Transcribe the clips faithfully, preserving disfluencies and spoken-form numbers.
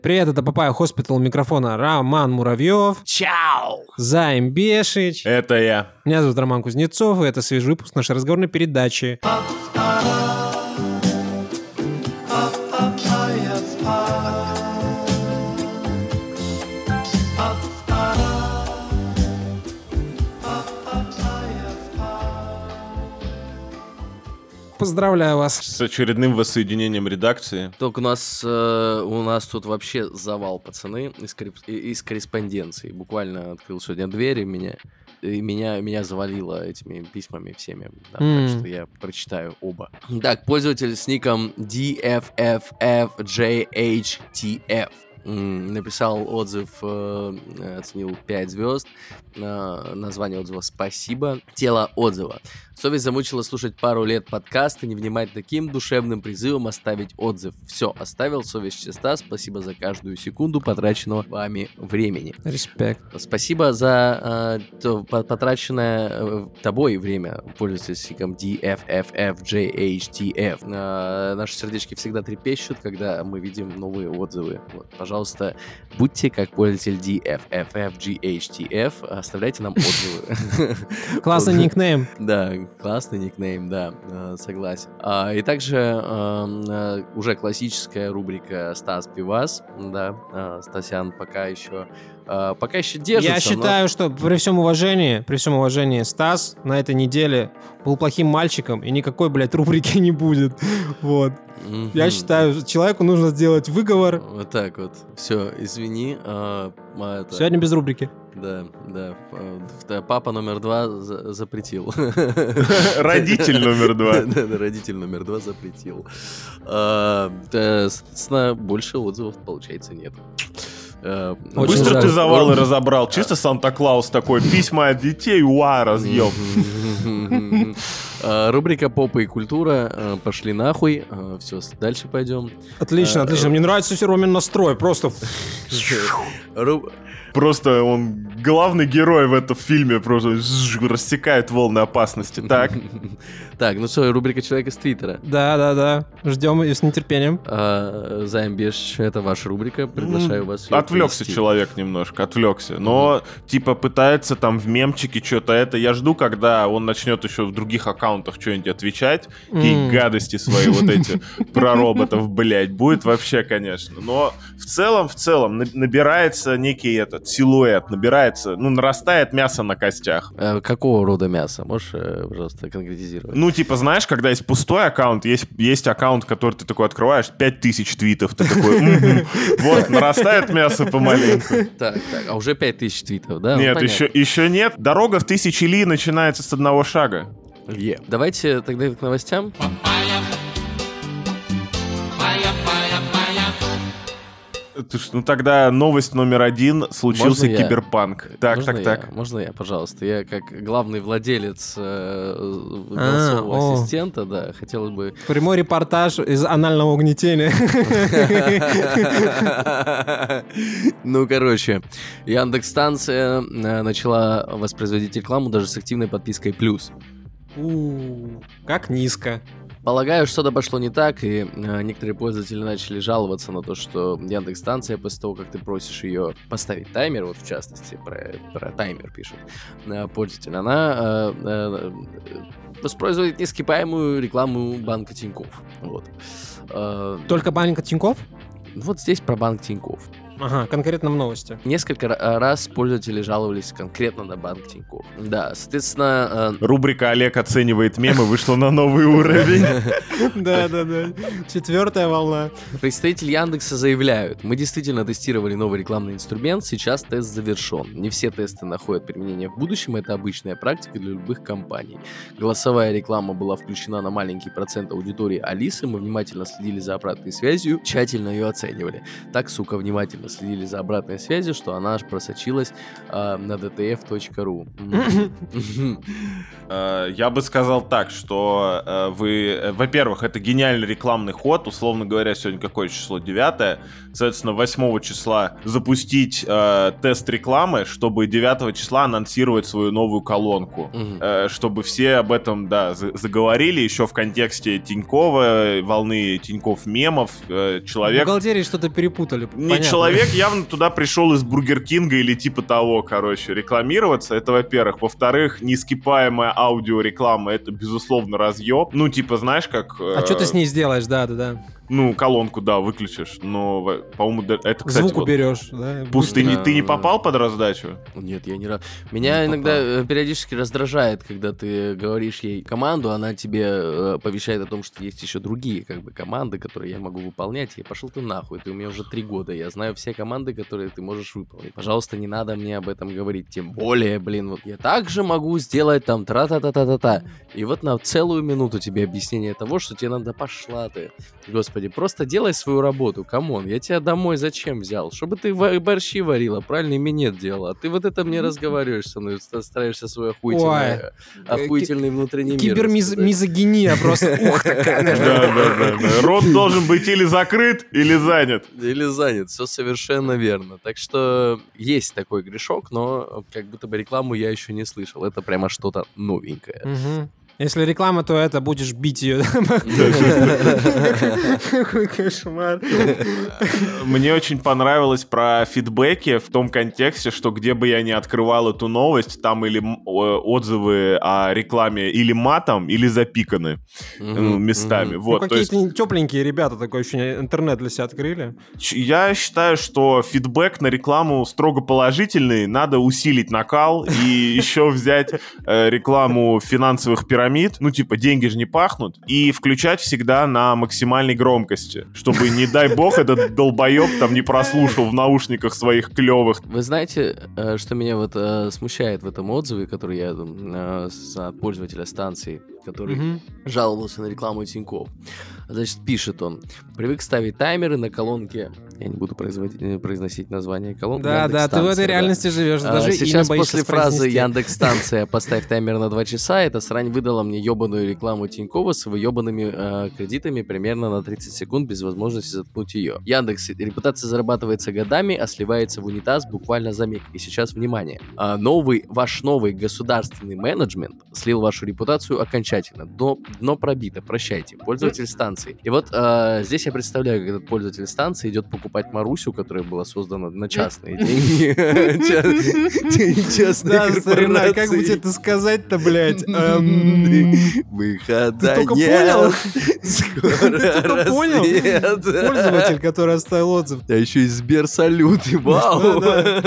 Привет, это Папайя Хоспитал, у микрофона Роман Муравьев. Чао! Займ Бешич. Это я. Меня зовут Роман Кузнецов, и это свежий выпуск нашей разговорной передачи. Поздравляю вас с очередным воссоединением редакции. Только у нас э, у нас тут вообще завал, пацаны, из, корреп... из корреспонденции. Буквально открыл сегодня дверь, и меня, и меня, меня завалило этими письмами всеми. Да, mm. Так что я прочитаю оба. Так, пользователь с ником ди эф эф эф джей эйч ти эф написал отзыв, э, оценил пять звезд. Э, название отзыва «Спасибо». Тело отзыва. Совесть замучила слушать пару лет подкаста, не внимать таким душевным призывом оставить отзыв. Все, оставил, совесть чиста. Спасибо за каждую секунду потраченного вами времени. Респект. Спасибо за э, то, потраченное э, тобой время, пользователь с ником ди эф эф эф джей эйч ти эф. Э, наши сердечки всегда трепещут, когда мы видим новые отзывы. Вот, пожалуйста, будьте как пользователь ди эф эф эф джей эйч ти эф, оставляйте нам отзывы. Классный никнейм. Да, классный никнейм, да, согласен. А, и также а, уже классическая рубрика «Стас Пивас», да, а, Стасян пока еще, а, пока еще держится. Я считаю, но... что при всем уважении, при всем уважении, Стас на этой неделе был плохим мальчиком, и никакой, блядь, рубрики не будет, вот. Mm-hmm. Я считаю, человеку нужно сделать выговор. Вот так вот. Все, извини. А, а, это... Сегодня без рубрики. Да, да. Папа номер два за- запретил. Родитель номер два. Да, да, родитель номер два запретил. Соответственно, больше отзывов, получается, нет. Быстро ты завалы разобрал. Чисто Санта-Клаус такой. Письма от детей, уа, разъем. Рубрика «Попа и культура». Пошли нахуй. Все, дальше пойдем. Отлично, отлично. Мне нравится все Ромин настрой. Просто... Просто он главный герой в этом фильме, просто рассекает волны опасности. Так. Так, ну что, рубрика «Человек из Твиттера». Да-да-да, ждем ее с нетерпением. А, Займ Беш, это ваша рубрика, приглашаю вас. Отвлекся провести. Человек немножко, отвлекся. Но, mm-hmm. типа, пытается там в мемчике что-то это. Я жду, когда он начнет еще в других аккаунтах что-нибудь отвечать. Mm-hmm. И гадости свои вот эти про роботов, блядь. Будет вообще, конечно. Но в целом, в целом, набирается некий этот силуэт, набирается, ну, нарастает мясо на костях. А какого рода мясо? Можешь, пожалуйста, конкретизировать? Ну, типа, знаешь, когда есть пустой аккаунт, есть, есть аккаунт, который ты такой открываешь, пять тысяч твитов, ты такой, вот, нарастает мясо помаленьку. Так, так, а уже пять тысяч твитов, да? Нет, еще, еще нет. Дорога в тысячи ли начинается с одного шага. Yeah. Давайте тогда к новостям. Ну тогда новость номер один. Случился Можно киберпанк. Я? Так, Можно так, я? так. Можно я, пожалуйста? Я как главный владелец э, голосового а, ассистента, да, хотел бы... Прямой репортаж из анального угнетения. Ну, короче, Яндекс.Станция начала воспроизводить рекламу даже с активной подпиской «Плюс». Как низко. Полагаю, что-то пошло не так, и э, некоторые пользователи начали жаловаться на то, что Яндекс.Станция, после того, как ты просишь ее поставить таймер, вот в частности, про, про таймер пишет э, пользователь, она э, э, воспроизводит нескипаемую рекламу банка Тинькофф. Вот. Э, Только банка Тинькофф? Вот здесь про банк Тинькофф. Ага, конкретно в новости. Несколько раз пользователи жаловались конкретно на банк Тинькофф. Да, соответственно... Э... Рубрика «Олег оценивает мемы» вышла на новый уровень. Да-да-да. Четвертая волна. Представители Яндекса заявляют: мы действительно тестировали новый рекламный инструмент, сейчас тест завершен. Не все тесты находят применение в будущем, это обычная практика для любых компаний. Голосовая реклама была включена на маленький процент аудитории Алисы, мы внимательно следили за обратной связью, тщательно ее оценивали. Так, сука, внимательно следили за обратной связью, что она аж просочилась э, на ди ти эф точка ру. Я бы сказал так, что вы, во-первых, это гениальный рекламный ход, условно говоря, сегодня какое число? девятое. Соответственно, восьмого числа запустить э, тест рекламы, чтобы девятого числа анонсировать свою новую колонку. Mm-hmm. Э, чтобы все об этом, да, за- заговорили, еще в контексте Тинькова, волны Тиньков мемов. Э, человек... В бухгалтерии что-то перепутали. Не понятно. Человек явно туда пришел из Бургер Кинга или типа того, короче, рекламироваться. Это, во-первых. Во-вторых, нескипаемая аудиореклама — это, безусловно, разъеб. Ну, типа, знаешь, как... Э... А что ты с ней сделаешь, да-да-да. Ну, колонку, да, выключишь, но, по-моему, это, кстати... Звук вот, уберешь, да? Пусть ты, не, ты не попал под раздачу? Нет, я не раз. Меня не иногда попал. периодически раздражает, когда ты говоришь ей команду, она тебе э, оповещает о том, что есть еще другие, как бы, команды, которые я могу выполнять. Я пошел ты нахуй, ты у меня уже три года, я знаю все команды, которые ты можешь выполнить. Пожалуйста, не надо мне об этом говорить. Тем более, блин, вот я также могу сделать там тра-та-та-та-та-та. И вот на целую минуту тебе объяснение того, что тебе надо, пошла ты. Господи, просто делай свою работу, камон, я тебя домой зачем взял? Чтобы ты борщи варила, правильный минет делала, а ты вот это мне разговариваешь со мной, стараешься свой охуительный, охуительный внутренний мир. Кибермизогиния просто, ух, такая. Да-да-да. Рот должен быть или закрыт, или занят. Или занят, все совершенно верно. Так что есть такой грешок, но как будто бы рекламу я еще не слышал, это прямо что-то новенькое. Если реклама, то это будешь бить ее. Какой кошмар. Мне очень понравилось про фидбэки в том контексте, что где бы я ни открывал эту новость, там или отзывы о рекламе или матом, или запиканы ну, местами. Вот, ну, какие-то есть... тепленькие ребята, такое ощущение, интернет для себя открыли. Я считаю, что фидбэк на рекламу строго положительный, надо усилить накал и еще взять рекламу финансовых пирамид, ну, типа, деньги же не пахнут, и включать всегда на максимальной громкости, чтобы, не дай бог, этот долбоеб там не прослушал в наушниках своих клевых. Вы знаете, что меня вот смущает в этом отзыве, который я от пользователя станции, который mm-hmm. жаловался на рекламу Тинькофф. Значит, пишет он: привык ставить таймеры на колонке. Я не буду произносить название колонки. Да, да, ты в этой реальности да. живешь. Даже а, сейчас после фразы «Яндекс-станция, поставь таймер на два часа», эта срань выдала мне ебаную рекламу Тинькова с его ебаными э, кредитами примерно на тридцать секунд без возможности заткнуть ее. Яндекс, репутация зарабатывается годами, а сливается в унитаз буквально за миг. И сейчас, внимание, а, новый, ваш новый государственный менеджмент слил вашу репутацию окончательно. Дно, дно пробито, прощайте. Пользователь станции. И вот э, здесь я представляю, как этот пользователь станции идет покупать Марусю, которая была создана на частные деньги. Да, старина, как бы тебе это сказать-то, блядь? Выхода Ты только понял? Ты только понял? Пользователь, который оставил отзыв. А еще и Сберсалют, вау!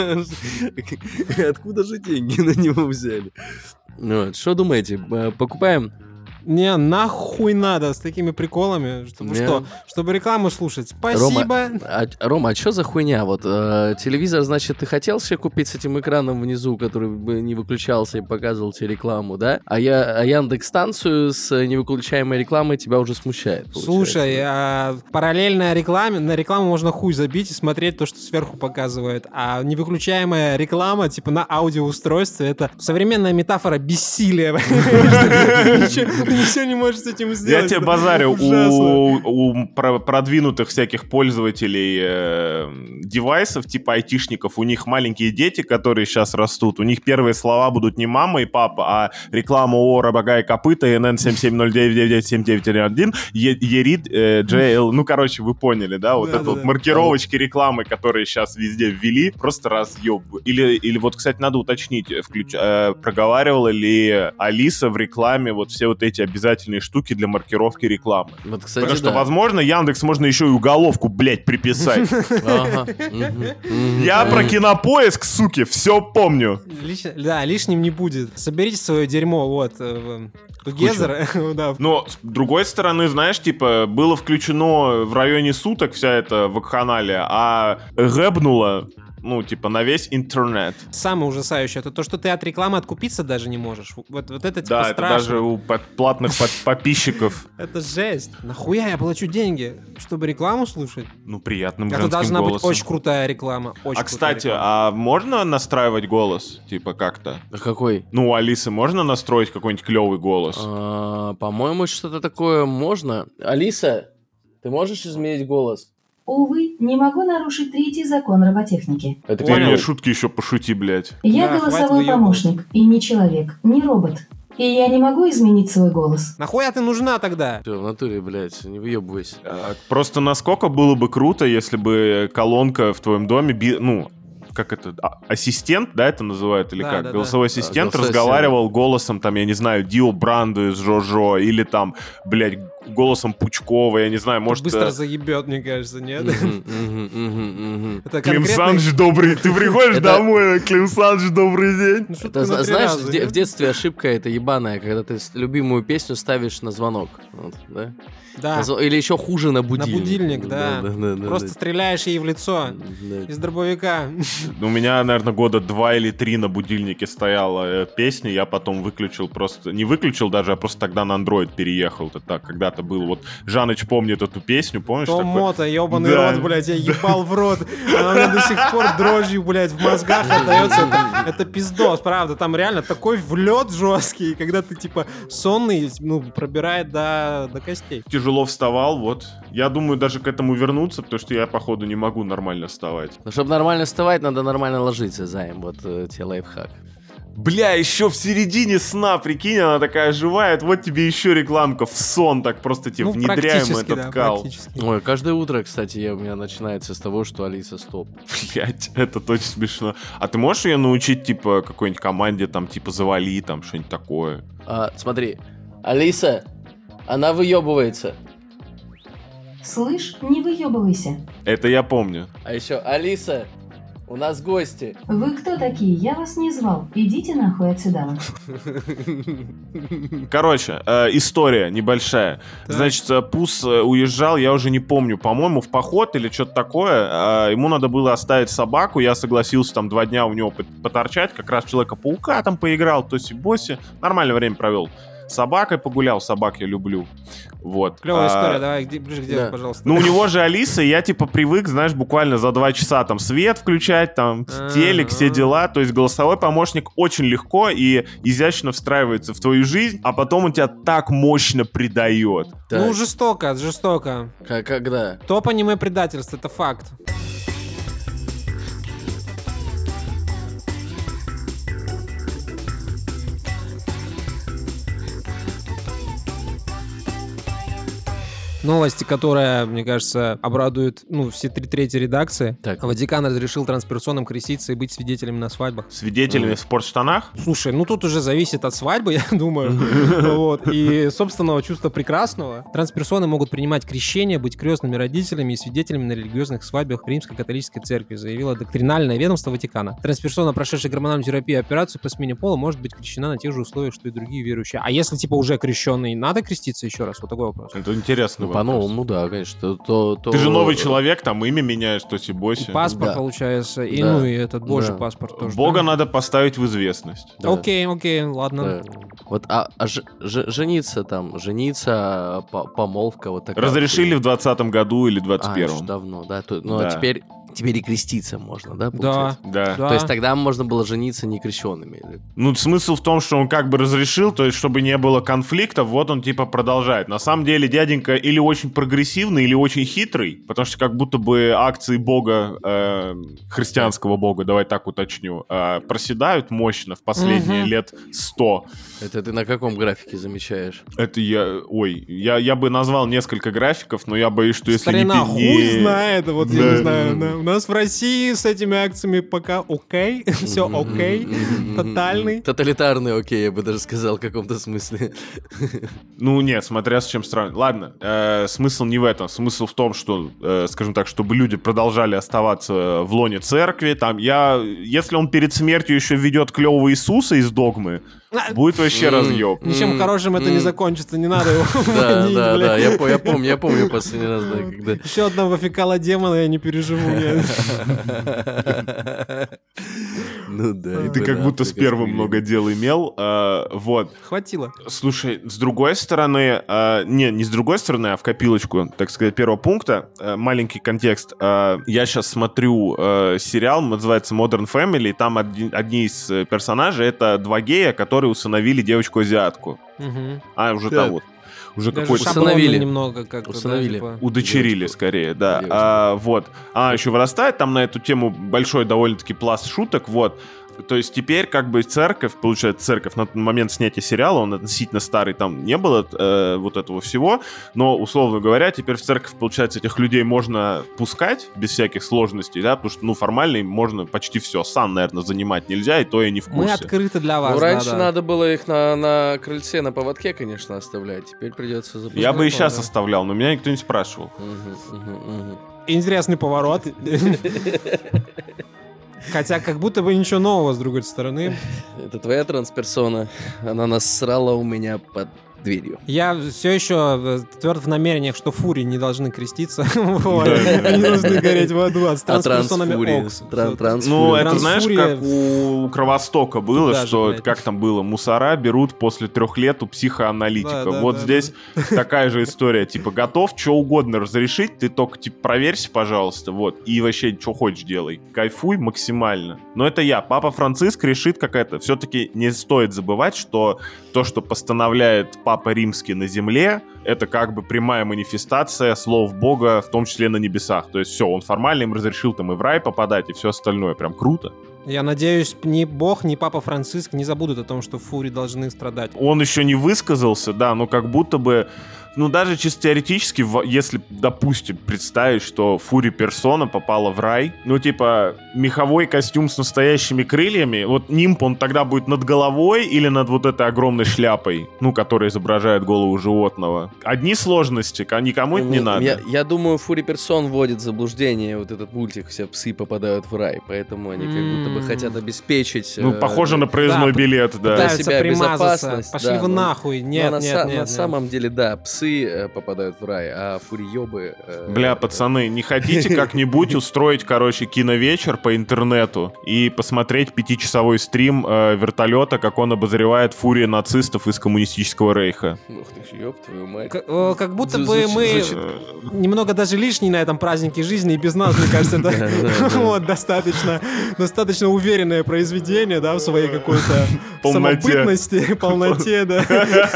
Откуда же деньги на него взяли? Что думаете, покупаем? Не, нахуй надо с такими приколами, чтобы не. что? Чтобы рекламу слушать. Спасибо. Рома, а, Рома, а что за хуйня? Вот э, телевизор, значит, ты хотел себе купить с этим экраном внизу, который бы не выключался и показывал тебе рекламу, да? А, я, а Яндекс-станцию с невыключаемой рекламой тебя уже смущает. Слушай, а, параллельно рекламе, на рекламу можно хуй забить и смотреть то, что сверху показывает. А невыключаемая реклама, типа на аудиоустройстве, это современная метафора бессилия. Ничего не можешь с этим сделать. Я тебе базарю, у, у продвинутых всяких пользователей э, девайсов, типа айтишников, у них маленькие дети, которые сейчас растут, у них первые слова будут не мама и папа, а реклама ООО «Рога и копыта», эн эн семь семь ноль девять девять девять семь девять один, Ерид, джей эл, ну, короче, вы поняли, да, вот да, это да, вот да. маркировочки рекламы, которые сейчас везде ввели, просто разъеб. Или, или вот, кстати, надо уточнить, включ... э, проговаривала ли Алиса в рекламе вот все вот эти обязательные штуки для маркировки рекламы. Вот, кстати, Потому что, да. возможно, Яндекс можно еще и уголовку, блядь, приписать. Я про Кинопоиск, суки, все помню. Да, лишним не будет. Соберите свое дерьмо, вот, Together. Но, с другой стороны, знаешь, типа, было включено в районе суток вся эта вакханалия, а гэбнуло ну, типа, на весь интернет. Самое ужасающее, это то, что ты от рекламы откупиться даже не можешь. Вот, вот это, типа, да, страшно. Это даже у платных подписчиков. Это жесть. Нахуя я плачу деньги, чтобы рекламу слушать? Ну, приятным женским голосом. Это должна быть очень крутая реклама. Очень а, кстати, реклама. А можно настраивать голос? Типа, как-то? А какой? Ну, у Алисы можно настроить какой-нибудь клевый голос? А, по-моему, что-то такое можно. Алиса, ты можешь изменить голос? Увы, не могу нарушить третий закон роботехники. Это ты мне шутки еще пошути, блядь. Я да, голосовой помощник, и не человек, не робот. И я не могу изменить свой голос. Нахуя ты нужна тогда? Все, в натуре, блядь, не въебывайся. А, просто насколько было бы круто, если бы колонка в твоем доме, би... ну, как это, а, ассистент, да, это называют, или да, как? Да, голосовой да. ассистент да, разговаривал голосом, там, я не знаю, Дио Бранду из Жо-Жо, или там, блядь, голосом Пучкова, я не знаю, может... Быстро заебет, мне кажется, нет? Клим Саныч, добрый, ты приходишь домой, Клим Саныч, добрый день. Знаешь, в детстве ошибка это ебаная, когда ты любимую песню ставишь на звонок, да? Да. Или еще хуже на будильник. На будильник, да. да, да, да Просто да. стреляешь ей в лицо да. из дробовика. У меня, наверное, года два или три на будильнике стояла песня, я потом выключил просто... Не выключил даже, а просто тогда на Android переехал. Это так, когда-то было. Вот Жаныч помнит эту песню, помнишь? Том Мото, ебаный да. рот, блядь, я ебал в рот. Она у меня до сих пор дрожью, блядь, в мозгах отдается. Это, это пиздос, правда. Там реально такой влет жесткий, когда ты, типа, сонный, ну, пробирает до, до костей. Тяжело вставал, вот. Я думаю, даже к этому вернуться, потому что я, походу, не могу нормально вставать. Но чтобы нормально вставать, надо нормально ложиться, Займ. Вот э, тебе лайфхак. Бля, еще в середине сна, прикинь, она такая оживает, вот тебе еще рекламка в сон, так просто тебе ну, внедряем этот да, кал. Ой, каждое утро, кстати, я, у меня начинается с того, что Алиса стоп. Блять, это точно смешно. А ты можешь ее научить, типа, какой-нибудь команде, там, типа, завали, там, что-нибудь такое? А, смотри, Алиса, она выебывается. Слышь, не выебывайся. Это я помню. А еще, Алиса, у нас гости. Вы кто такие? Я вас не звал. Идите нахуй отсюда. Короче, э, история небольшая. Так. Значит, Пус уезжал, я уже не помню, по-моему, в поход или что-то такое. Э, ему надо было оставить собаку. Я согласился там два дня у него поторчать. Как раз Человека-паука там поиграл, тоси-боси. Нормальное время провел. С собакой погулял, собак я люблю. Вот. Клевая а, история, давай ближе к делу, да. пожалуйста. Ну, у него же Алиса, и я, типа, привык, знаешь, буквально за два часа там свет включать, там, телек, все дела. То есть голосовой помощник очень легко и изящно встраивается в твою жизнь, а потом он тебя так мощно предает. Так. Ну, жестоко, жестоко. Как, когда? Топ-аниме предательство, это факт. Новости, которая, мне кажется, обрадует, ну, все три трети редакции. Так. Ватикан разрешил трансперсонам креститься и быть свидетелями на свадьбах. Свидетелями mm. в спортштанах? Слушай, ну тут уже зависит от свадьбы, я думаю. Вот. И собственного чувства прекрасного. Трансперсоны могут принимать крещение, быть крестными родителями и свидетелями на религиозных свадьбах в Римской католической церкви, заявило доктринальное ведомство Ватикана. Трансперсона, прошедшая гормональную терапию и операцию по смене пола, может быть крещена на тех же условиях, что и другие верующие. А если, типа, уже крещенный, надо креститься еще раз? Вот такой вопрос. Это интересно. По-новому, да, конечно. То, то... Ты же новый человек, там имя меняешь, тоси-боси. Паспорт, да. получается, и да. ну и этот божий да. паспорт тоже. Бога да? надо поставить в известность. Да. Окей, окей, ладно. Да. Вот, а, а ж, ж, жениться там, жениться, по, помолвка, вот такая. Разрешили вот. В двадцатом году или двадцать первом. А, давно, да. То, ну, да. а теперь... Теперь и креститься можно, да, получается? Да, да. То есть тогда можно было жениться не крещенными. Ну, смысл в том, что он как бы разрешил, то есть чтобы не было конфликтов, вот он типа продолжает. На самом деле дяденька или очень прогрессивный, или очень хитрый, потому что как будто бы акции бога, э, христианского бога, давай так уточню, э, проседают мощно в последние угу. лет сто. Это ты на каком графике замечаешь? Это я, ой, я, я бы назвал несколько графиков, но я боюсь, что если Старина, не... хуй знает, вот да. я не знаю, да. У нас в России с этими акциями пока окей, все окей, тотальный. Тоталитарный окей, я бы даже сказал в каком-то смысле. Ну нет, смотря с чем сравнивать. Ладно, э, смысл не в этом. Смысл в том, что, э, скажем так, чтобы люди продолжали оставаться в лоне церкви. Там я, если он перед смертью еще ведет клевого Иисуса из догмы, будет вообще разъеб. Ничем хорошим это не закончится, не надо его Да, манить, да, блядь. да, я по- я помню, я помню последний раз, да, когда... Еще одного фекала демона я не переживу. нет. Ну да. Ты как будто с первым много дел имел. а, Вот. Хватило. Слушай, с другой стороны, а, не, не с другой стороны, а в копилочку, так сказать, первого пункта, а, маленький контекст. А, я сейчас смотрю а, сериал, называется Modern Family, и там одни, одни из персонажей — это два гея, которые усыновили девочку-азиатку. Мгм. А, уже Так. того. Уже Даже какой-то... шаблонно Усыновили. немного как-то. да, Усыновили. типа. Удочерили, Девочку. скорее, да. Девочку. А, вот. А, еще вырастает там на эту тему большой довольно-таки пласт шуток, вот. То есть теперь как бы церковь, получается, церковь на момент снятия сериала, он относительно старый, там не было э, вот этого всего, но, условно говоря, теперь в церковь, получается, этих людей можно пускать без всяких сложностей, да, потому что, ну, формально им можно почти все. Сан, наверное, занимать нельзя, и то я не в Мы курсе. открыты для вас. Ну, раньше да-да. надо было их на, на крыльце, на поводке, конечно, оставлять. Теперь придется запускать. Я бы и да, сейчас да. оставлял, но меня никто не спрашивал. Мгм, мгм, мгм. Интересный поворот. Хотя как будто бы ничего нового с другой стороны. Это твоя трансперсона. Она насрала у меня под дверью. Я все еще тверд в намерениях, что фури не должны креститься. Вот. Да, да, да. Они должны гореть в аду. А с А трансперсонами трансфурия? Окс. Тран- трансфурия. Ну, это знаешь, Трансфурия- как у Кровостока было, Туда же, что, блядь. как там было, мусора берут после трех лет у психоаналитика. Да, да, вот да, здесь такая же история. Типа, готов что угодно разрешить, ты только, типа, проверься, пожалуйста, вот, и вообще, что хочешь делай. Кайфуй максимально. Но это я. Папа Франциск решит, как это. Все-таки не стоит забывать, что то, что постановляет Папа Римский на земле, это как бы прямая манифестация слов Бога, в том числе на небесах. То есть все, он формально им разрешил там и в рай попадать, и все остальное. Прям круто. Я надеюсь, ни Бог, ни Папа Франциск не забудут о том, что фури должны страдать. Он еще не высказался, да, но как будто бы, ну даже чисто теоретически, в- если, допустим, представить, что Фури Персона попала в рай, ну типа меховой костюм с настоящими крыльями, вот нимб, он тогда будет над головой или над вот этой огромной шляпой, ну, которая изображает голову животного. Одни сложности, а никому это не Ну, надо. Я, я думаю, Фури Персон вводит в заблуждение вот этот мультик, все псы попадают в рай, поэтому они как будто бы М. хотят обеспечить... Ну, э, похоже на проездной да, билет, да. пытаются Пытаются себя примазаться. безопасность, Пошли да, вы ну, нахуй. Но Нет, на, нет, са- нет, на нет. самом деле, да, псы э, попадают в рай, а фуриёбы... э, Бля, э, пацаны, не хотите как-нибудь устроить, короче, киновечер по интернету и посмотреть пятичасовой стрим э, вертолета, как он обозревает фурия нацистов из коммунистического рейха? Ух ты ж, ёб твою мать. К- э, Как будто бы Звучит- мы звучит- немного даже лишние на этом празднике жизни, и без нас, мне кажется, это Да, да, да. вот, достаточно, достаточно уверенное произведение, да, в своей какой-то Полноте. самобытности, полноте, да.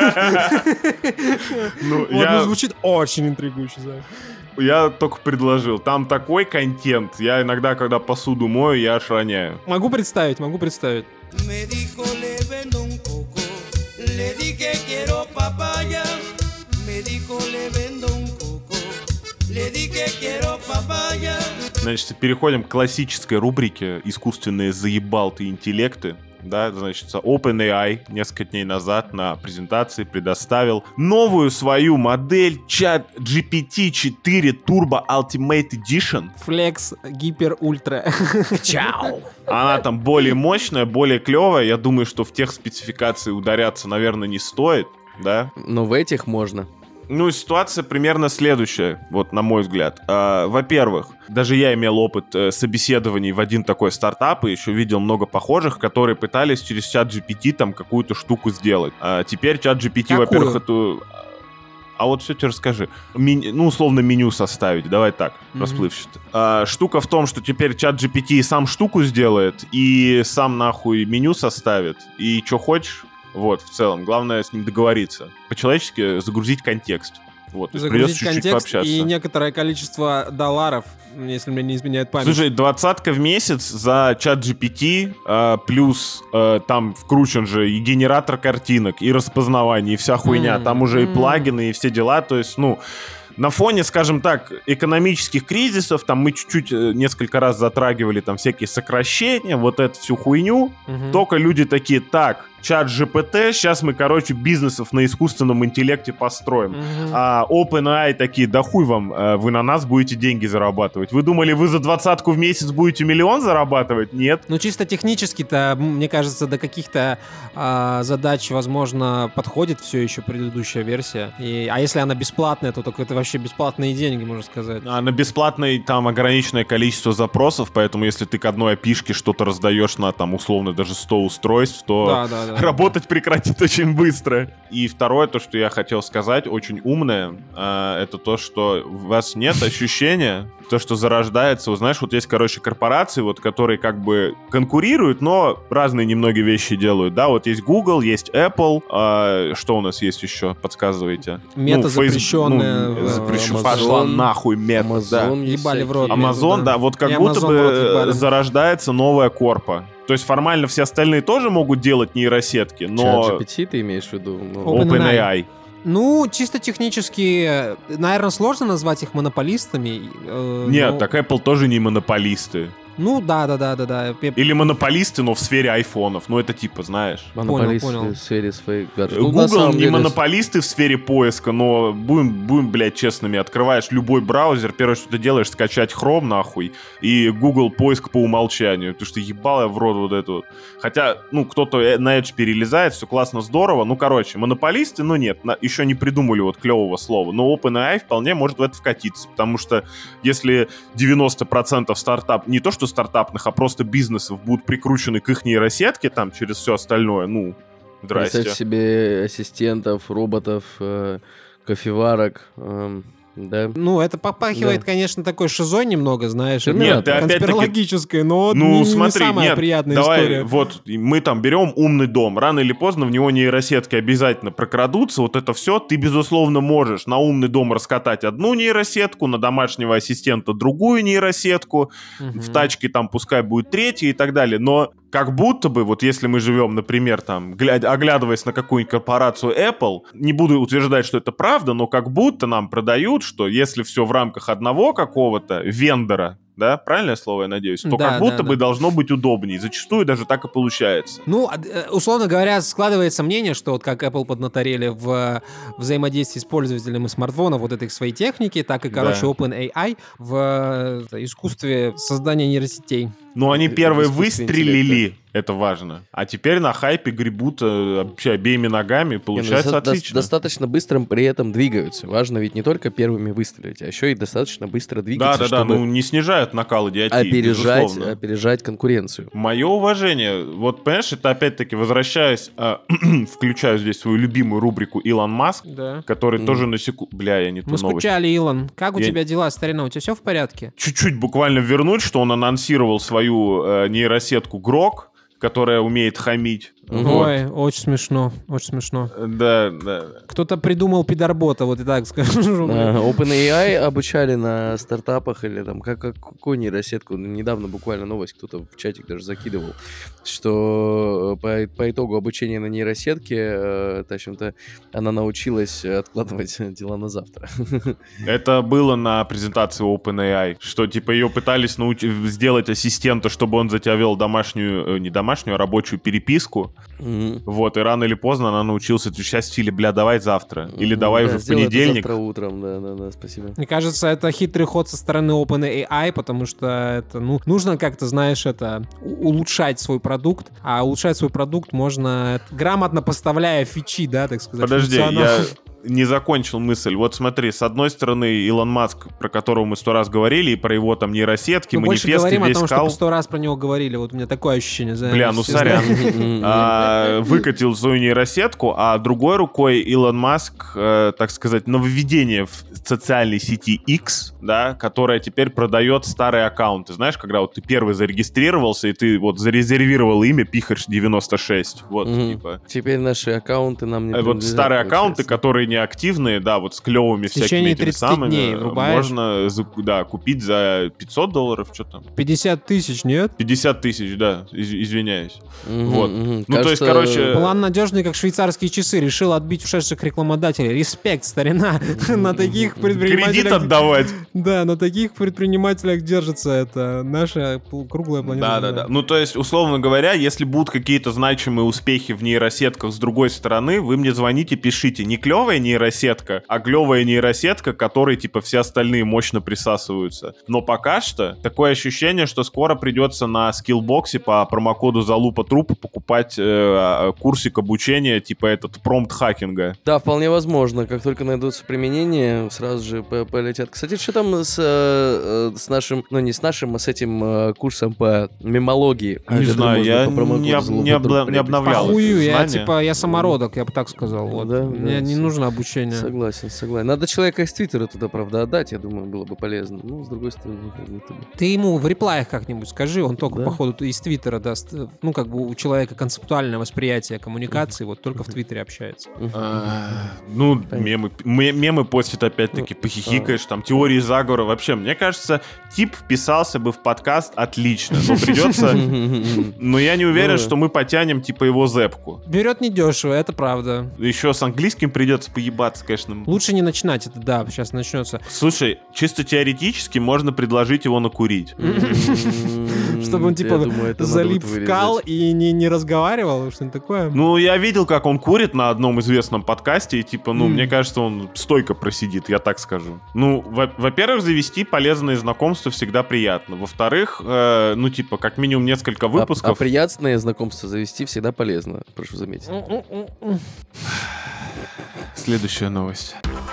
Ну, Вот, ну, я, звучит очень интригующе, да. я только предложил. Там такой контент. Я иногда, когда посуду мою, я аж роняю. Могу представить, могу представить. Me dijo le vendo un coco, le dije quiero papaya. Me dijo le vendo un coco, le dije quiero papaya. Значит, переходим к классической рубрике «Искусственные заебалты интеллекты». Да, значит, OpenAI несколько дней назад на презентации предоставил новую свою модель чат джи пи ти четыре Turbo Ultimate Edition. Флекс, гипер, ультра. Чау! Она там более мощная, более клевая. Я думаю, что в тех спецификации ударяться, наверное, не стоит, да? Но в этих можно. Ну, ситуация примерно следующая, вот, на мой взгляд. А, во-первых, даже я имел опыт э, собеседований в один такой стартап, и еще видел много похожих, которые пытались через чат джи пи ти там какую-то штуку сделать. А теперь чат джи пи ти, Какую? во-первых, эту... А вот все тебе расскажи. Мень- Ну, условно, меню составить. Давай так, Мгм. расплывчато. А, штука в том, что теперь чат джи пи ти сам штуку сделает, и сам нахуй меню составит, и что хочешь. Вот, в целом. Главное с ним договориться. По-человечески загрузить контекст. Вот, то есть придется Загрузить чуть-чуть контекст пообщаться. и некоторое количество долларов, если мне не изменяет память. Слушай, двадцатка в месяц за чат джи пи ти, а, плюс а, там вкручен же и генератор картинок, и распознавание, и вся хуйня. М, Там уже и м. плагины, и все дела. То есть, ну, на фоне, скажем так, экономических кризисов, там мы чуть-чуть э, несколько раз затрагивали там всякие сокращения, вот эту всю хуйню. Мгм. Только люди такие, так, чат джи пи ти, сейчас мы, короче, бизнесов на искусственном интеллекте построим. Мгм. А OpenAI такие, да хуй вам, э, вы на нас будете деньги зарабатывать. Вы думали, вы за двадцатку в месяц будете миллион зарабатывать? Нет. Ну, чисто технически-то, м, мне кажется, до каких-то а, задач, возможно, подходит все еще предыдущая версия. И, а если она бесплатная, то только это вообще бесплатные деньги, можно сказать. А на бесплатной там ограниченное количество запросов, поэтому если ты к одной опишке что-то раздаешь на там условно даже сто устройств, то Да, да, да. работать прекратит очень быстро. И второе, то, что я хотел сказать, очень умное, э, это то, что у вас нет ощущения, то, что зарождается, вот знаешь, вот есть, короче, корпорации, вот, которые как бы конкурируют, но разные немногие вещи делают, да, вот есть Google, есть Apple, э, что у нас есть еще, подсказывайте? Мета Ну, Фейс- запрещенная ну, в- запрещ- Amazon, Пошла нахуй мета, да. Amazon есть Ебали в рот. всякие. Amazon, да, вот как И будто Amazon бы в рот э, ебали. зарождается новая корпа. То есть формально все остальные тоже могут делать нейросетки, но Чат джи пи ти ты имеешь в виду? Ну, Open- OpenAI. Ну, чисто технически, наверное, сложно назвать их монополистами. э, Нет, но- так Apple тоже не монополисты. Ну, да, да, да, да, да. Я- Или монополисты, но в сфере айфонов. Ну, это типа, знаешь. монополисты понял, понял. в сфере своих гаджетов. Ну, на Google самом не деле, монополисты в сфере поиска, но будем, будем, блядь, честными, открываешь любой браузер, первое, что ты делаешь, скачать Chrome, нахуй, и Google поиск по умолчанию, потому что ебало я в рот вот это вот. Хотя, ну, кто-то э- на Edge перелезает, все классно, здорово, ну, короче, монополисты, ну, нет, на- еще не придумали вот клевого слова, но OpenAI вполне может в это вкатиться, потому что если девяносто процентов стартап, не то что стартапных, а просто бизнесов будут прикручены к их нейросетке там через все остальное, ну, здрасте. представь себе ассистентов, роботов, э, кофеварок, эм, да. Ну, это попахивает, Да. конечно, такой шизой немного, знаешь. Нет, это ты опять-таки- конспирологической, но Ну, не, не смотри, самая нет, приятная давай, история. вот, мы там берем умный дом, рано или поздно в него нейросетки обязательно прокрадутся, вот это все, ты, безусловно, можешь на умный дом раскатать одну нейросетку, на домашнего ассистента другую нейросетку, Мгм. в тачке там пускай будет третья и так далее, но как будто бы, вот если мы живем, например, там, глядя, оглядываясь на какую-нибудь корпорацию Apple, не буду утверждать, что это правда, но как будто нам продают, что если все в рамках одного какого-то вендора, да, правильное слово, я надеюсь, то Да, как будто да, бы да. должно быть удобнее. Зачастую даже так и получается. Ну, а, э, условно говоря, складывается мнение, что вот как Apple поднаторели в э, взаимодействии с пользователем и смартфона вот этой своей техники, так и, короче, Да. OpenAI в э, искусстве создания нейросетей. Но они И- первые искусственный выстрелили, это важно. А теперь на хайпе гребут э, вообще обеими ногами, Не, ну, получается доста- отлично. достаточно быстрым при этом двигаются. Важно ведь не только первыми выстрелить, а еще и достаточно быстро двигаться, Да-да-да, чтобы ну не снижают накал идиотии, опережать, безусловно. опережать конкуренцию. Мое уважение. Вот, понимаешь, это опять-таки возвращаясь, а, включаю здесь свою любимую рубрику Илон Маск, Да. который Мгм. тоже на секунду... Бля, я не ту Мы новость. скучали, Илон. Как у Я- тебя дела, старина? У тебя все в порядке? Чуть-чуть буквально вернуть, что он анонсировал свою э, нейросетку Грок, которая умеет хамить. Мгм. Вот. Ой, очень смешно, очень смешно. Да, да. Кто-то придумал пидорбота, вот и так скажу. А, OpenAI обучали на стартапах или там как, как какую нейросетку. Недавно буквально новость кто-то в чатик даже закидывал, что э, по, по итогу обучения на нейросетке, э, в общем-то, она научилась откладывать дела на завтра. Это было на презентации OpenAI, что типа ее пытались науч- сделать ассистента, чтобы он за тебя вел домашнюю, э, не домашнюю, а рабочую переписку. Мгм. Вот, и рано или поздно она научилась отвечать в стиле, бля, давай завтра. Или Мгм, давай да, уже в сделай это понедельник. завтра утром, да, да, да, спасибо. Мне кажется, это хитрый ход со стороны OpenAI, потому что это, ну, нужно как-то, знаешь, это у- улучшать свой продукт, а улучшать свой продукт можно грамотно поставляя фичи, да, так сказать. Подожди, я функционал. не закончил мысль. Вот смотри, с одной стороны, Илон Маск, про которого мы сто раз говорили, и про его там нейросетки, Мы больше манифесты, говорим о весь том, что кал. по сто раз про него говорили. Вот у меня такое ощущение. знаешь, Бля, ну все сорян. знают. Мгм. А, выкатил свою нейросетку, а другой рукой Илон Маск, э, так сказать, нововведение в социальной сети X, да, которая теперь продает старые аккаунты. Знаешь, когда вот ты первый зарегистрировался, и ты вот зарезервировал имя Пихарь девяносто шесть. Вот, Мгм. типа. Теперь наши аккаунты нам не Э, Вот принадлежат, старые аккаунты, получается. которые не более-менее активные, да, вот с клевыми В всякими течение этими тридцати самыми, дней врубаешь. можно, за- да, купить за пятьсот долларов, что там. пятьдесят тысяч, нет? пятьдесят тысяч, да, из- извиняюсь. Мгм, Вот. мгм. Ну, то есть, Кажется, короче, План надежный, как швейцарские часы. Решил отбить ушедших рекламодателей. Респект, старина. На таких Кредит предпринимателях... отдавать. Да, на таких предпринимателях держится это наша пл- круглая планета. Да, да, да. Ну, то есть, условно говоря, если будут какие-то значимые успехи в нейросетках с другой стороны, вы мне звоните, пишите. Не клевая нейросетка, а клевая нейросетка, к которой, типа, все остальные мощно присасываются. Но пока что такое ощущение, что скоро придется на скиллбоксе по промокоду Залупа Трупа покупать э, курсик обучения, типа, этот промпт-хакинга. Да, вполне возможно. Как только найдутся применения, сразу же по- полетят. Кстати, что там с, э, э, с нашим, ну не с нашим, а с этим э, курсом по мемологии? Не который знаю, можно я по промокоду не об- Залупа не обла- Трупа не приобрести. обновлял. Похую, я знания. типа, я самородок, я бы так сказал. Вот. Да, Мне да, не с- нужно обучение. Согласен, согласен. Надо человека из Твиттера туда, правда, отдать, я думаю, было бы полезно. Ну, с другой стороны, как будто бы. Ты ему в реплаях как-нибудь скажи, он только, Да. походу, из Твиттера даст. Ну, как бы у человека концептуальное восприятие коммуникации, вот только в Твиттере общается. А, Ну, мемы, ме- мемы постит опять-таки, похихикаешь, там, теории заговора. Вообще, мне кажется, тип вписался бы в подкаст отлично, но придется... Но я не уверен, Ну, что мы потянем, типа, его зэпку. Берет недешево, это правда. Еще с английским придется поебаться, конечно. Лучше не начинать это, да, сейчас начнется. Слушай, чисто теоретически можно предложить его накурить. Чтобы он, Я типа, думаю, это надо залип вот в кал вырезать. и не, не разговаривал, что-нибудь такое. Ну, я видел, как он курит на одном известном подкасте, и, типа, ну, М. мне кажется, он стойко просидит, я так скажу. Ну, во- во-первых, завести полезные знакомства всегда приятно. Во-вторых, э, ну, типа, как минимум несколько А, выпусков. а приятное знакомство завести всегда полезно, прошу заметить. М-м-м-м. Следующая новость.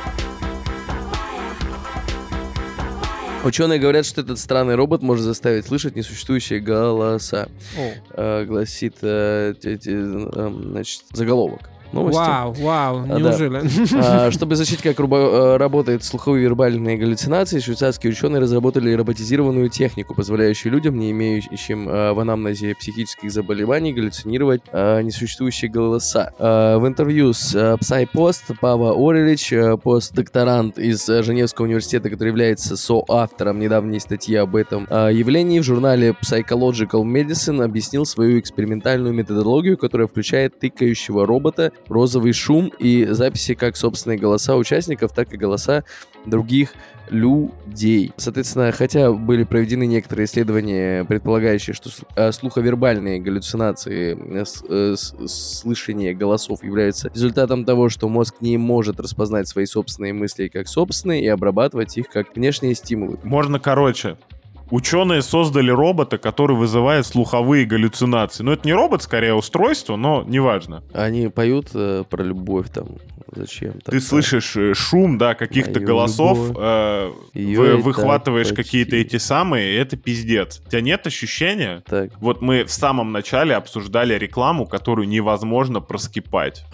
Ученые говорят, что этот странный робот может заставить слышать несуществующие голоса. О. Э, гласит э, те- те, э, значит, заголовок новости. Вау, вау, А, да. неужели? А, Чтобы изучить, как рубо- э, работают слуховые и вербальные галлюцинации, швейцарские ученые разработали роботизированную технику, позволяющую людям, не имеющим э, в анамнезе психических заболеваний, галлюцинировать э, несуществующие голоса. Э, В интервью с э, PsyPost Пава Орелич, э, постдокторант из э, Женевского университета, который является соавтором недавней статьи об этом э, явлении, в журнале Psychological Medicine объяснил свою экспериментальную методологию, которая включает тыкающего робота, розовый шум и записи как собственные голоса участников, так и голоса других людей. Соответственно, хотя были проведены некоторые исследования, предполагающие, что слу- э, слуховербальные галлюцинации, э, с- э, с- слышание голосов является результатом того, что мозг не может распознать свои собственные мысли как собственные и обрабатывать их как внешние стимулы. Можно короче. Ученые создали робота, который вызывает слуховые галлюцинации. Ну, это не робот, скорее устройство, но неважно. Они поют э, про любовь там. Зачем? Ты такое? слышишь э, шум, да, каких-то Мою голосов, любовь. э, Её вы и так выхватываешь почти. какие-то эти самые, и это пиздец. У тебя нет ощущения? Так. Вот мы в самом начале обсуждали рекламу, которую невозможно проскипать.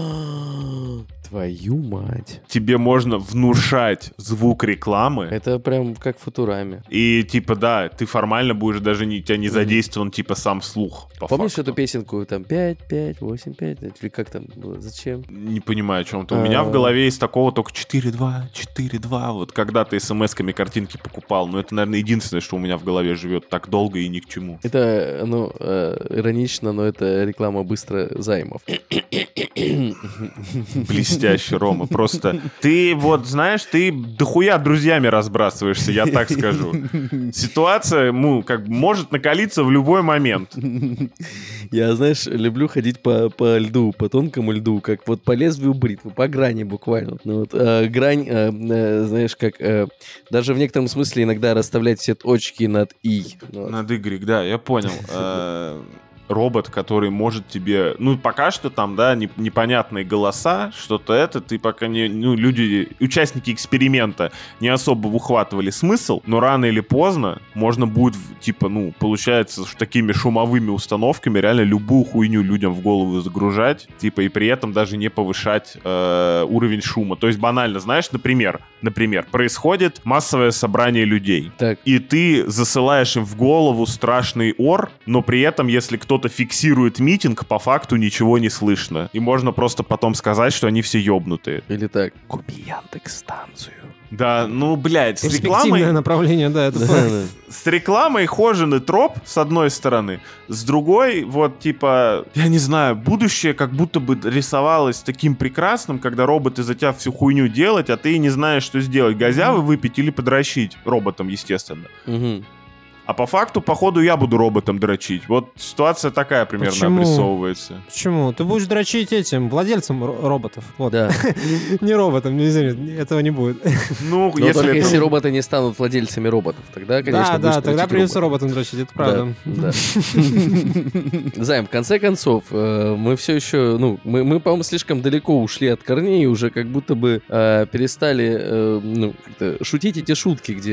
Твою мать. Тебе можно внушать звук рекламы, Это прям как в Футураме. и типа, да, ты формально будешь даже не, у тебя не задействован, типа, сам слух. По Помнишь факту. эту песенку там пять, пять, восемь, пять? Или как там было? Зачем? Не понимаю, о чем ты. У меня в А. голове из такого только четыре два, четыре два. Вот когда ты смс-ками картинки покупал. Но это, наверное, единственное, что у меня в голове живет так долго и ни к чему. Это, ну, э, иронично, но это реклама быстро займов. Блестяще, Рома. Просто ты вот, знаешь, ты дохуя друзьями разбрасываешься, я так скажу. Ситуация, ну, как бы может накалиться в любой момент. Я, знаешь, люблю ходить по, по льду, по тонкому льду, как вот по лезвию бритвы, по грани буквально. Ну, вот, э, грань, э, э, знаешь, как э, даже в некотором смысле иногда расставлять все точки над «и». Вот. Над Y, да, я понял. Э, Робот, который может тебе... Ну, пока что там, да, не- непонятные голоса, что-то это, ты пока не... Ну, люди, участники эксперимента не особо ухватывали смысл, но рано или поздно можно будет, в- типа, ну, получается, с такими шумовыми установками реально любую хуйню людям в голову загружать, типа, и при этом даже не повышать э, уровень шума. То есть, банально, знаешь, например, например, происходит массовое собрание людей, Так. и ты засылаешь им в голову страшный ор, но при этом, если кто кто-то фиксирует митинг, по факту ничего не слышно. И можно просто потом сказать, что они все ёбнутые. Или так, купи Яндекс-станцию. Да, ну, блядь, с Перспективное рекламой... направление, да, это факт. С рекламой хоженый троп, с одной стороны. С другой, вот, типа, я не знаю, будущее как будто бы рисовалось таким прекрасным, когда роботы за тебя всю хуйню делают, а ты не знаешь, что сделать. Газявы выпить или подрочить роботом, естественно. Угу. А по факту, походу, я буду роботом дрочить. Вот ситуация такая примерно Почему? обрисовывается. Почему? Ты будешь дрочить этим, владельцем ро- роботов. Вот. Да. Не роботом, не извини, этого не будет. Ну, Но если... только это- если роботы не станут владельцами роботов, тогда, конечно, Да, будешь да, тогда дрочить придется роботом. роботом дрочить, это правда. Да, да. Займ, в конце концов, э, мы все еще, ну, мы, мы, по-моему, слишком далеко ушли от корней и уже как будто бы э, перестали, э, ну, как-то шутить эти шутки, где,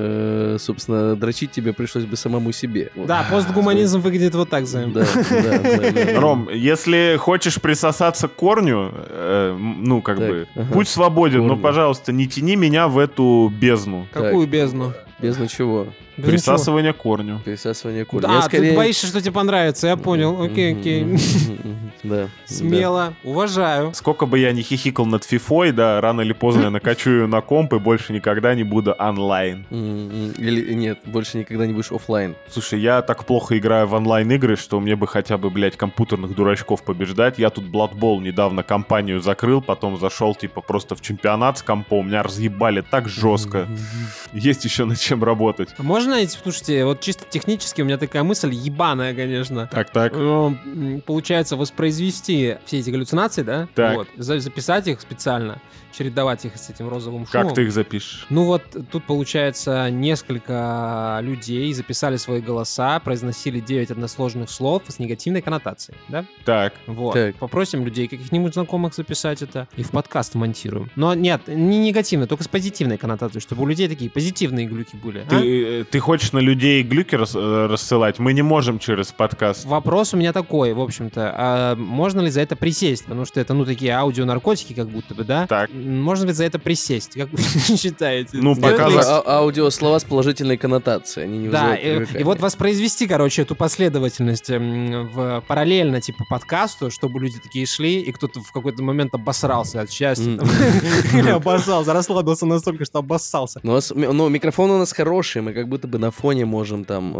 э, собственно, дрочить тебе пришлось бы самому себе. Вот. Да, постгуманизм выглядит вот так, Займ. Да, да, да, да. Ром, если хочешь присосаться к корню, э, м, ну, как Так, бы, ага. будь свободен, но, Корню. пожалуйста, не тяни меня в эту бездну. Какую бездну? Без ничего. Без ничего. Присасывание к корню. Пересасывание корня. Да, Я ты скорее- боишься, что тебе понравится, я понял. Окей, окей. Мгм, мгм, мгм. Да. Смело, уважаю. Сколько бы я ни хихикал над фифой, да, рано или поздно я накачу ее на комп и больше никогда не буду онлайн. Да. М-м. Или нет, больше никогда не будешь оффлайн. Слушай, я так плохо играю в онлайн-игры, что мне бы хотя бы, блядь, компьютерных дурачков побеждать. Я тут Blood Bowl недавно компанию закрыл, потом зашел, типа, просто в чемпионат с компом. Меня разъебали так жестко. Есть еще над чем работать. А можно, эти- слушайте, вот чисто технически у меня такая мысль, ебаная, конечно. Так, так. Ну, м, получается, воспроизвести все эти галлюцинации, да? Так. Вот, за- записать их специально, чередовать их с этим розовым шумом. Как ты их запишешь? Ну вот тут, получается, несколько людей записали свои голоса, произносили девять односложных слов с негативной коннотацией, да? Так. Вот. Так. Попросим людей каких-нибудь знакомых записать это и в подкаст монтируем. Но нет, не негативно, только с позитивной коннотацией, чтобы у людей такие позитивные глюки были. а? Ты, э, ты хочешь на людей глюки рас- э, рассылать? Мы не можем через подкаст. Вопрос у меня такой, в общем-то, а можно ли за это присесть? Потому что это, ну, такие аудионаркотики, как будто бы, да? Так. М, Можно ли за это присесть? Как вы считаете? Ну, Сделать пока ли- за- А- аудиослова с положительной коннотацией, они не Да, вызывают и, и привыкания. вот воспроизвести, короче, эту последовательность м, в параллельно, типа, подкасту, чтобы люди такие шли, и кто-то в какой-то момент обосрался от счастья. М. там, Или обоссался, расслабился настолько, что обоссался. Ну, у нас- ми- ну, микрофон у нас хороший, мы как будто бы на фоне можем там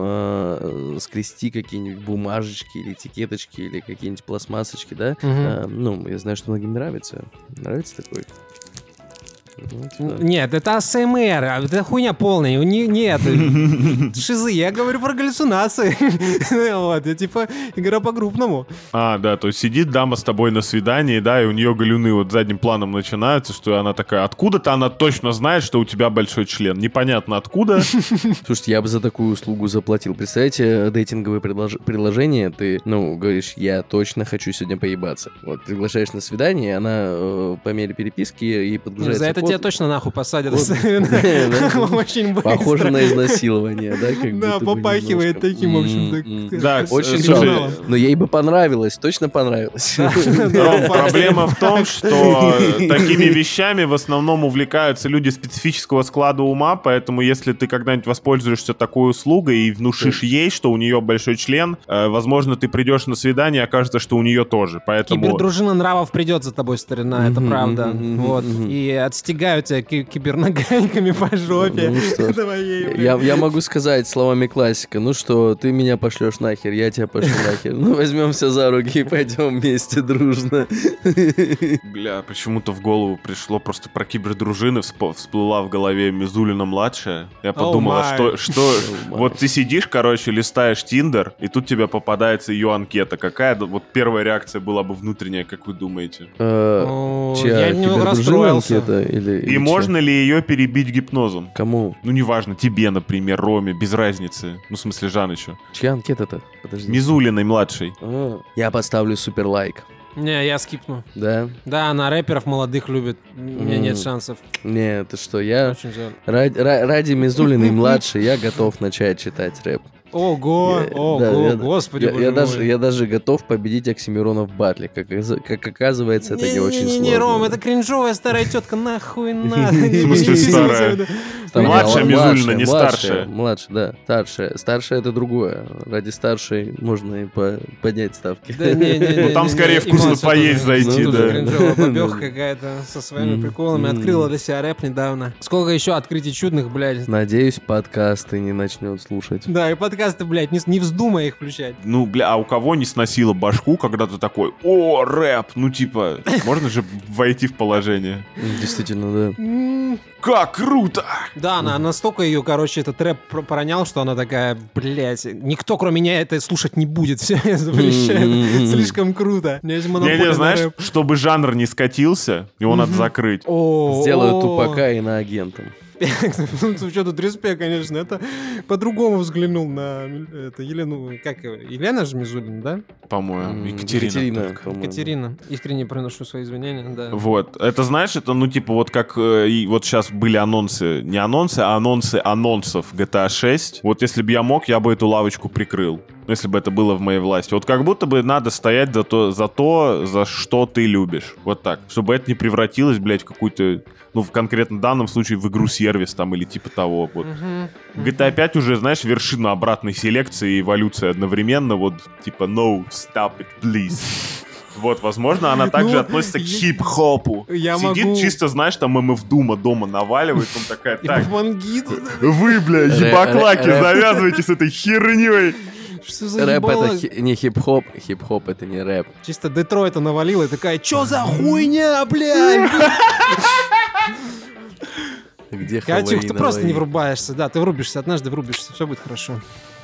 э, скрести какие-нибудь бумажечки или этикеточки или какие-нибудь пластмассочки, да? Мгм. Э, ну, я знаю, что многим нравится. Нравится такой? Ну, типа, Нет, это АСМР, а это хуйня полная. Не- Нет, шизы, я говорю про галлюцинации. Вот, я типа игра по-крупному. А, да, то есть сидит дама с тобой на свидании, да, и у нее галюны вот задним планом начинаются, что она такая, откуда-то она точно знает, что у тебя большой член. Непонятно откуда. Слушайте, я бы за такую услугу заплатил. Представляете, дейтинговое предлож- приложение, ты, ну, говоришь, я точно хочу сегодня поебаться. Вот, приглашаешь на свидание, она э, по мере переписки и подгружается. За это фото. тебя точно нахуй посадят. Вот. Да. Очень быстро. Похоже на изнасилование, да? как Да, будто бы попахивает немножко. таким, в общем-то, М-м. как- Да, Очень с- слушай, слушай, но ей бы понравилось, точно понравилось. Ром, проблема в том, что такими вещами в основном увлекаются люди специфического склада ума, поэтому если ты когда-нибудь воспользуешься такой услугой и внушишь ей, что у нее большой член, э, возможно, ты придешь на свидание, и окажется, что у нее тоже. Поэтому... Кибердружина нравов придет за тобой, старина, это Мгм, правда. мгм, мгм, Вот. мгм. И отстегают тебя ки- кибернагайками по жопе. Ну что ж. Твоей, блин. Я, я могу сказать словами классика, ну что, ты меня пошлешь нахер, я тебя пошлю нахер. Ну возьмемся за руки и пойдем вместе дружно. Бля, почему-то в голову пришло просто про кибердружины, всп- всплыла в голове Мизулина-младшая. Я подумал, а my. что, что... my. Вот ты сидишь, короче, листаешь Тиндер, и тут тебе попадается ее анкета. Какая вот первая реакция была бы внутренняя, как вы думаете? Э, О, чья, Я немного кибердружина расстроился. анкета или- или И чья? можно ли ее перебить гипнозом? Кому? Ну, неважно, тебе, например, Роме, без разницы. Ну, в смысле, Жанычу. Чья анкета-то? Подожди. Мизулиной младшей. А, Я поставлю супер лайк. Не, я скипну. Да? Да, она рэперов молодых любит. У меня М. нет шансов. Не, ты что, я Очень жаль. ради, ра- ради Мизулиной младшей я готов начать читать рэп. Ого, Я- ого, да, я- господи, Я, боже я мой. даже, я даже готов победить Оксимирона в батле. Как, из- как оказывается, это не очень сложно. Не, Ром, это кринжовая старая тетка, нахуй надо. В смысле старая? Там Младшая младшая, Мизулина, не младшая, старшая. Младшая, да, старшая. Старшая это другое. Ради старшей можно и по- поднять ставки. Да не, не, не, Ну, там не, скорее не, вкусно эмоция поесть тоже. зайти, Ну, да. тоже кринжовая бабёха Да. какая-то со своими М, приколами. м. Открыла для себя рэп недавно. Сколько еще открытий чудных, блядь. Надеюсь, подкасты не начнет слушать. Да, и подкасты, блядь, не, не вздумай их включать. Ну, бля, а у кого не сносило башку, когда ты такой, о, рэп, ну, типа, можно же войти в положение. Действительно, да. М, Как круто! Да, она настолько ее, короче, этот рэп про- пронял, что она такая, блядь, никто кроме меня это слушать не будет. Все, я запрещаю. М-м-м. Слишком круто. У меня есть монополия Не-не, на знаешь, рэп. чтобы жанр не скатился, его надо закрыть. О, Сделаю о. тупака иноагентом. Ну, что тут респект, конечно. Это по-другому взглянул на это, Елену... Как его? Елена же Мизулина, да? По-моему, М, Екатерина. Екатерина, только. по-моему. Екатерина. Искренне приношу свои извинения, да. Вот. Это, знаешь, это, ну, типа, вот как э, и вот сейчас были анонсы, не анонсы, а анонсы анонсов джи ти эй шесть. Вот если бы я мог, я бы эту лавочку прикрыл. Ну, если бы это было в моей власти. Вот как будто бы надо стоять за то, за то, за что ты любишь. Вот так. Чтобы это не превратилось, блядь, в какую-то, ну, в конкретно данном случае, в игру-сервис там или типа того. Вот. Мгм. джи ти эй пять уже, знаешь, вершина обратной селекции и эволюции одновременно. Вот, типа, no, stop it, please. Вот, возможно, она также Ну, относится к я- хип-хопу. я Сидит могу- чисто, знаешь, там эм эф Дума дома наваливает, он такая, И так, Мангиту. вы, бля, Ре- ебаклаки, ре- ре- завязывайте с этой херней. Что за Рэп ебало? это хи- не хип-хоп, хип-хоп это не рэп. Чисто Детройта навалила и такая, чё за хуйня, блядь? Где Катюх, ты Хаваиновая? просто не врубаешься, да, ты врубишься, однажды врубишься, все будет хорошо.